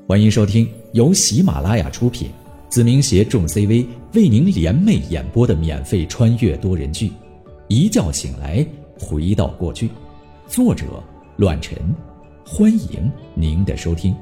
欢迎收听由喜马拉雅出品，子明携众 CV 为您联袂演播的免费穿越多人剧《一觉醒来回到过去》，作者乱臣。欢迎您的收听。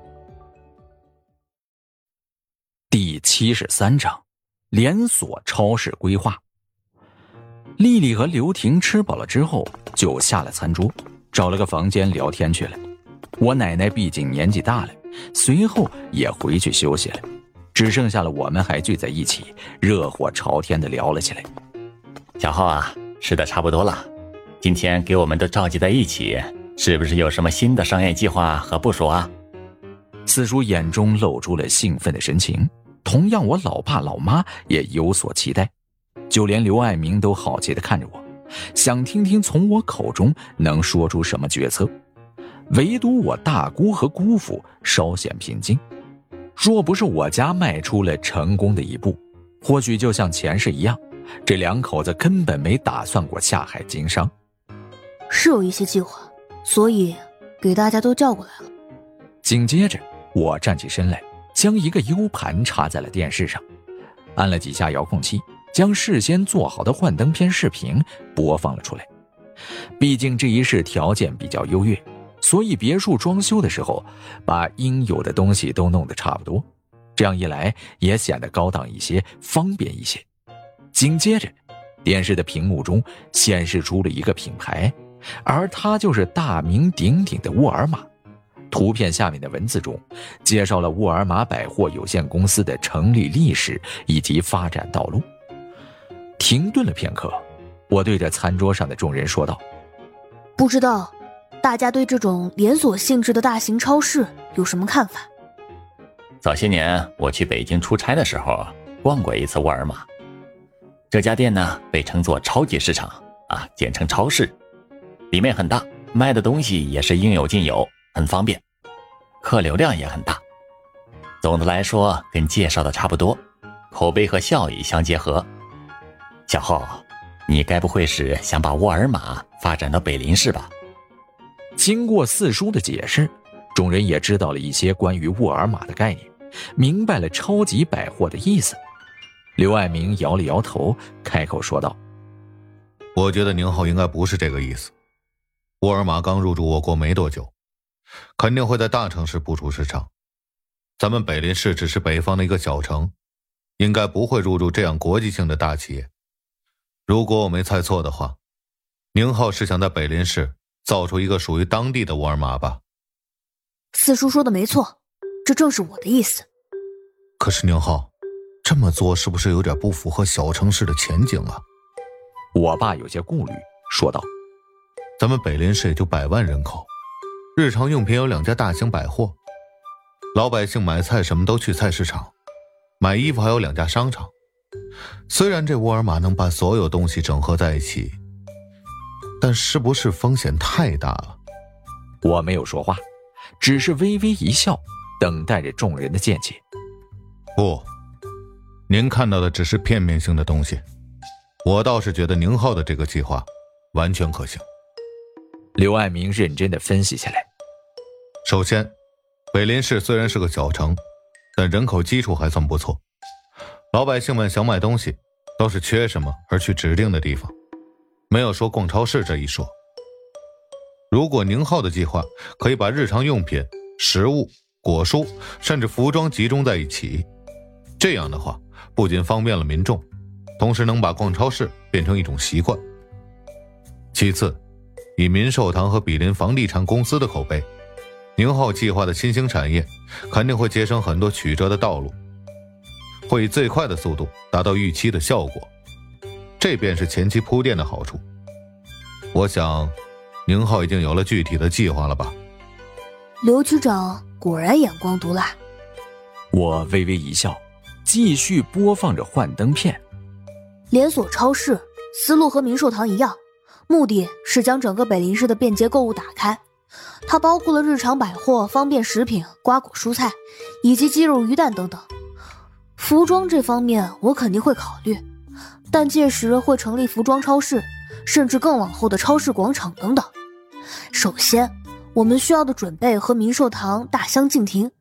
第73章，连锁超市规划。丽丽和刘婷吃饱了之后就下了餐桌，找了个房间聊天去了。我奶奶毕竟年纪大了，随后也回去休息了，只剩下了我们还聚在一起，热火朝天地聊了起来。 小浩啊，吃的差不多了，今天给我们都召集在一起，是不是有什么新的商业计划和部署啊？ 四叔眼中露出了兴奋的神情，同样我老爸老妈也有所期待，就连刘爱民都好奇地看着我，想听听从我口中能说出什么决策。唯独我大姑和姑父稍显平静，若不是我家迈出了成功的一步，或许就像前世一样，这两口子根本没打算过下海经商。 是有一些计划，所以给大家都叫过来了。 紧接着我站起身来，将一个 U 盘插在了电视上，按了几下遥控器，将事先做好的幻灯片视频播放了出来。毕竟这一世条件比较优越，所以别墅装修的时候把应有的东西都弄得差不多，这样一来也显得高档一些，方便一些。紧接着电视的屏幕中显示出了一个品牌，而它就是大名鼎鼎的沃尔玛。图片下面的文字中介绍了沃尔玛百货有限公司的成立历史以及发展道路。停顿了片刻，我对着餐桌上的众人说道： 不知道大家对这种连锁性质的大型超市有什么看法？ 早些年我去北京出差的时候逛过一次沃尔玛，这家店呢被称作超级市场啊，简称超市，里面很大，卖的东西也是应有尽有，很方便，客流量也很大。总的来说跟介绍的差不多，口碑和效益相结合。小浩，你该不会是想把沃尔玛发展到北林市吧？ 经过四叔的解释，众人也知道了一些关于沃尔玛的概念，明白了超级百货的意思。刘爱民摇了摇头，开口说道： 我觉得宁浩应该不是这个意思。沃尔玛刚入驻我国没多久，肯定会在大城市部署市场，咱们北林市只是北方的一个小城，应该不会入驻这样国际性的大企业。如果我没猜错的话，宁浩是想在北林市造出一个属于当地的沃尔玛吧？ 四叔说的没错，这正是我的意思。 可是宁浩，这么做是不是有点不符合小城市的前景啊？ 我爸有些顾虑说道： 咱们北林市也就100万人口，日常用品有2家大型百货，老百姓买菜什么都去菜市场，买衣服还有2家商场。虽然这沃尔玛能把所有东西整合在一起，但是不是风险太大了？ 我没有说话，只是微微一笑，等待着众人的见解。 不，您看到的只是片面性的东西，我倒是觉得宁浩的这个计划完全可行。 刘爱民认真地分析起来。 首先，北林市虽然是个小城，但人口基础还算不错，老百姓们想买东西都是缺什么而去指定的地方，没有说逛超市这一说。如果宁浩的计划可以把日常用品、食物、果蔬甚至服装集中在一起，这样的话不仅方便了民众，同时能把逛超市变成一种习惯。其次，以民寿堂和比邻房地产公司的口碑，宁浩计划的新兴产业肯定会节省很多曲折的道路，会以最快的速度达到预期的效果，这便是前期铺垫的好处。我想宁浩已经有了具体的计划了吧？ 刘局长果然眼光毒辣。 我微微一笑，继续播放着幻灯片。 连锁超市思路和民寿堂一样，目的是将整个北林市的便捷购物打开。它包括了日常百货、方便食品、瓜果蔬菜以及鸡肉鱼蛋等等。服装这方面我肯定会考虑，但届时会成立服装超市，甚至更往后的超市广场等等。首先我们需要的准备和民寿堂大相径庭，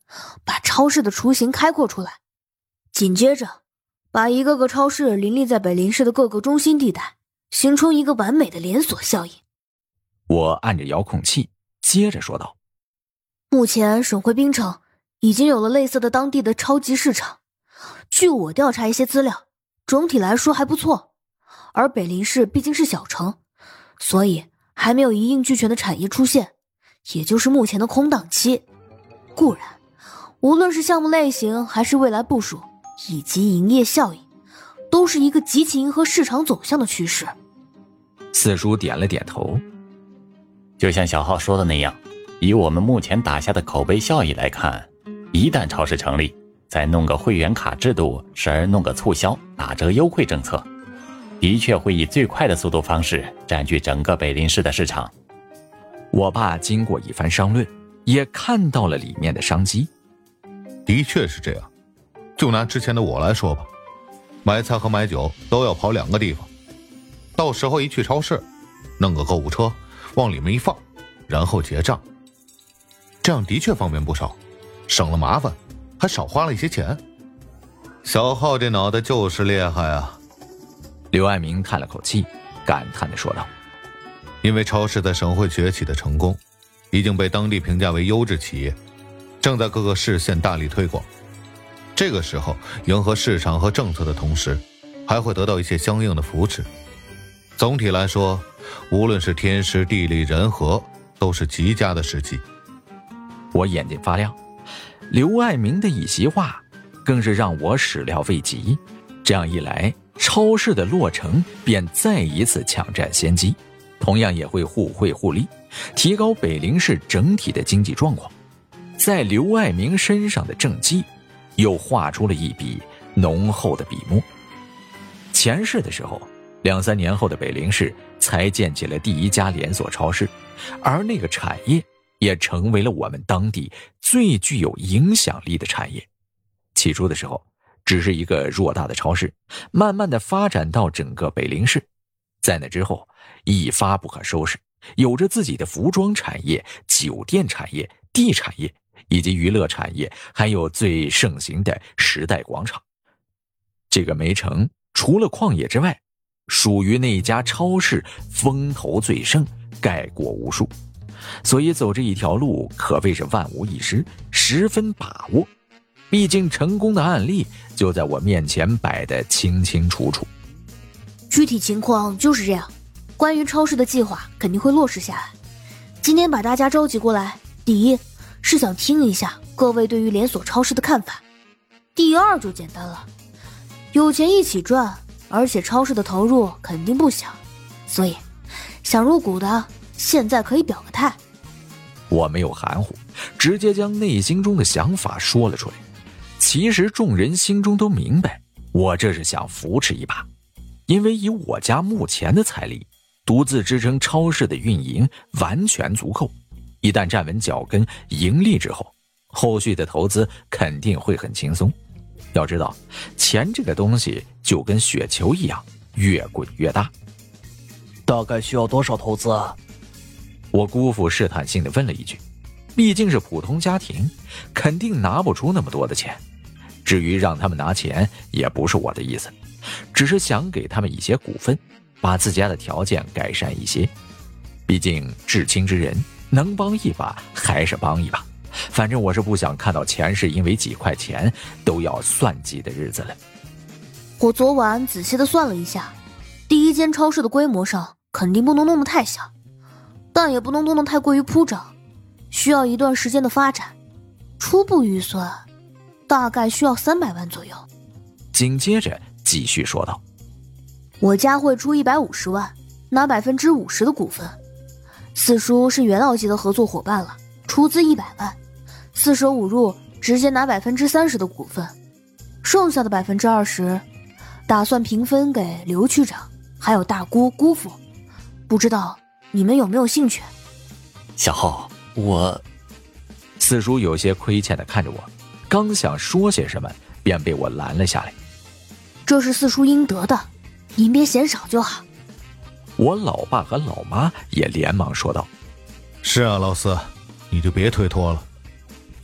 把超市的雏形开阔出来。紧接着，把一个个超市林立在北林市的各个中心地带，形成一个完美的连锁效应。 我按着遥控器，接着说道： 目前省会槟城已经有了类似的当地的超级市场，据我调查一些资料，整体来说还不错。而北林市毕竟是小城，所以还没有一应俱全的产业出现，也就是目前的空档期。固然，无论是项目类型还是未来部署以及营业效益，都是一个极其迎合市场走向的趋势。 四叔点了点头。 就像小浩说的那样，以我们目前打下的口碑效益来看，一旦超市成立，再弄个会员卡制度，时而弄个促销、打折优惠政策，的确会以最快的速度方式占据整个北林市的市场。 我爸经过一番商论，也看到了里面的商机。 的确是这样，就拿之前的我来说吧，买菜和买酒都要跑2个地方，到时候一去超市，弄个购物车往里面一放，然后结账，这样的确方便不少，省了麻烦，还少花了一些钱。小浩这脑袋就是厉害啊。 刘爱民叹了口气，感叹地说道： 因为超市在省会崛起的成功，已经被当地评价为优质企业，正在各个市县大力推广。这个时候迎合市场和政策的同时，还会得到一些相应的扶持。总体来说，无论是天时地利人和，都是极佳的时机。 我眼睛发亮，刘爱民的一席话更是让我始料未及。这样一来，超市的落成便再一次抢占先机，同样也会互惠互利，提高北林市整体的经济状况。在刘爱民身上的政绩又画出了一笔浓厚的笔墨。前世的时候，2、3年后的北林市才建起了第1家连锁超市，而那个产业也成为了我们当地最具有影响力的产业。起初的时候只是一个偌大的超市，慢慢的发展到整个北林市，在那之后一发不可收拾，有着自己的服装产业、酒店产业、地产业以及娱乐产业，还有最盛行的时代广场。这个煤城除了矿业之外，属于那家超市风头最盛，盖过无数，所以走这一条路可谓是万无一失，十分把握。毕竟成功的案例就在我面前摆得清清楚楚。 具体情况就是这样，关于超市的计划肯定会落实下来。今天把大家召集过来，第一是想听一下各位对于连锁超市的看法，第二就简单了，有钱一起赚，而且超市的投入肯定不小，所以想入股的现在可以表个态。 我没有含糊，直接将内心中的想法说了出来。其实众人心中都明白，我这是想扶持一把，因为以我家目前的财力，独自支撑超市的运营完全足够。一旦站稳脚跟盈利之后，后续的投资肯定会很轻松。要知道，钱这个东西就跟雪球一样，越滚越大。 大概需要多少投资啊？ 我姑父试探性地问了一句，毕竟是普通家庭，肯定拿不出那么多的钱。至于让他们拿钱，也不是我的意思，只是想给他们一些股份，把自家的条件改善一些。毕竟至亲之人，能帮一把还是帮一把。反正我是不想看到钱是因为几块钱都要算计的日子了。 我昨晚仔细地算了一下，第一间超市的规模上肯定不能弄得太小，但也不能弄得太过于铺张，需要一段时间的发展。初步预算大概需要300万左右。 紧接着继续说道， 我家会出150万，拿50%的股份。四叔是元老级的合作伙伴了，出资100万，4舍5入直接拿30%的股份，剩下的20%打算平分给刘区长还有大姑姑父，不知道你们有没有兴趣？ 小浩， 四叔有些亏欠地看着我，刚想说些什么便被我拦了下来。 这是四叔应得的，您别嫌少就好。 我老爸和老妈也连忙说道， 是啊，老四，你就别推脱了，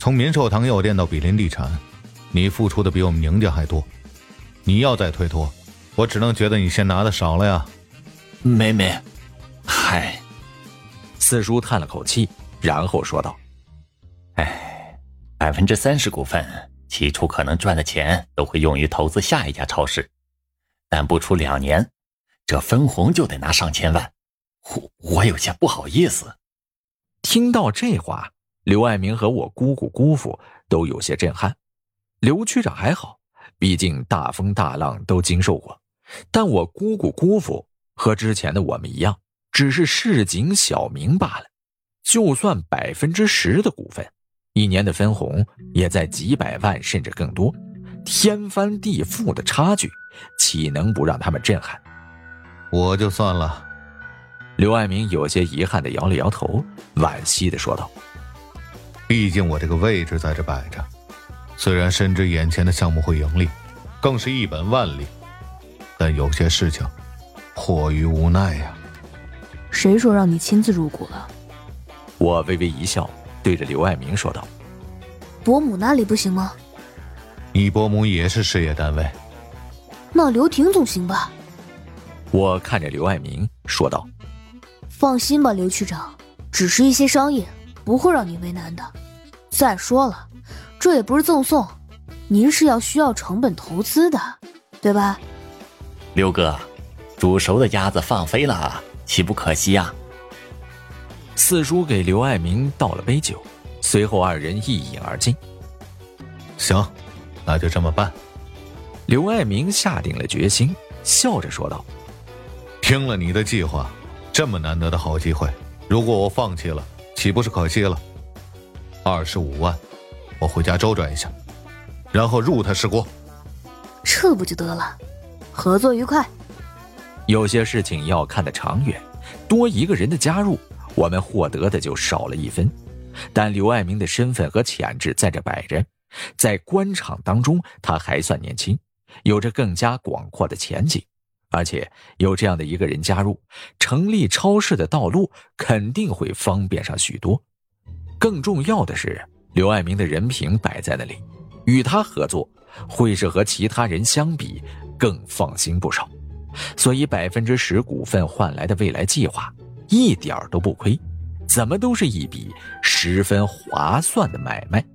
从民寿堂药店到比邻地产，你付出的比我们宁家还多。你要再推脱，我只能觉得你先拿的少了呀。 没，嗨。 四叔叹了口气，然后说道 ，30%股份起初可能赚的钱都会用于投资下一家超市，但不出2年，这分红就得拿上千万，我有些不好意思。 听到这话，刘爱民和我姑姑姑父都有些震撼。刘区长还好，毕竟大风大浪都经受过，但我姑姑姑父和之前的我们一样，只是市井小民罢了。就算10%的股份，1年的分红也在几百万甚至更多，天翻地覆的差距，岂能不让他们震撼？ 我就算了。 刘爱民有些遗憾地摇了摇头，惋惜地说道： 毕竟我这个位置在这摆着，虽然深知眼前的项目会盈利，更是一本万利，但有些事情迫于无奈呀。 谁说让你亲自入股了？ 我微微一笑，对着刘爱民说道： 伯母那里不行吗？ 你伯母也是事业单位。 那刘婷总行吧？ 我看着刘爱民说道： 放心吧，刘区长，只是一些商业，不会让你为难的。再说了，这也不是赠送，您是需要成本投资的，对吧？ 刘哥，煮熟的鸭子放飞了，岂不可惜啊？ 四叔给刘爱民倒了杯酒，随后2人一饮而尽。 行，那就这么办。 刘爱民下定了决心，笑着说道： 听了你的计划，这么难得的好机会，如果我放弃了，岂不是可惜了？25万，我回家周转一下，然后入他石锅。 这不就得了？合作愉快。 有些事情要看得长远，多一个人的加入，我们获得的就少了1分。但刘爱民的身份和潜质在这摆着，在官场当中他还算年轻，有着更加广阔的前景，而且有这样的一个人加入，成立超市的道路肯定会方便上许多。更重要的是，刘爱民的人品摆在那里，与他合作会是和其他人相比更放心不少。所以10%股份换来的未来计划一点都不亏，怎么都是一笔十分划算的买卖。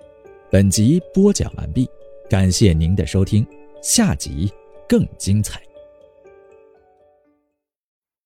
本集播讲完毕，感谢您的收听，下集更精彩。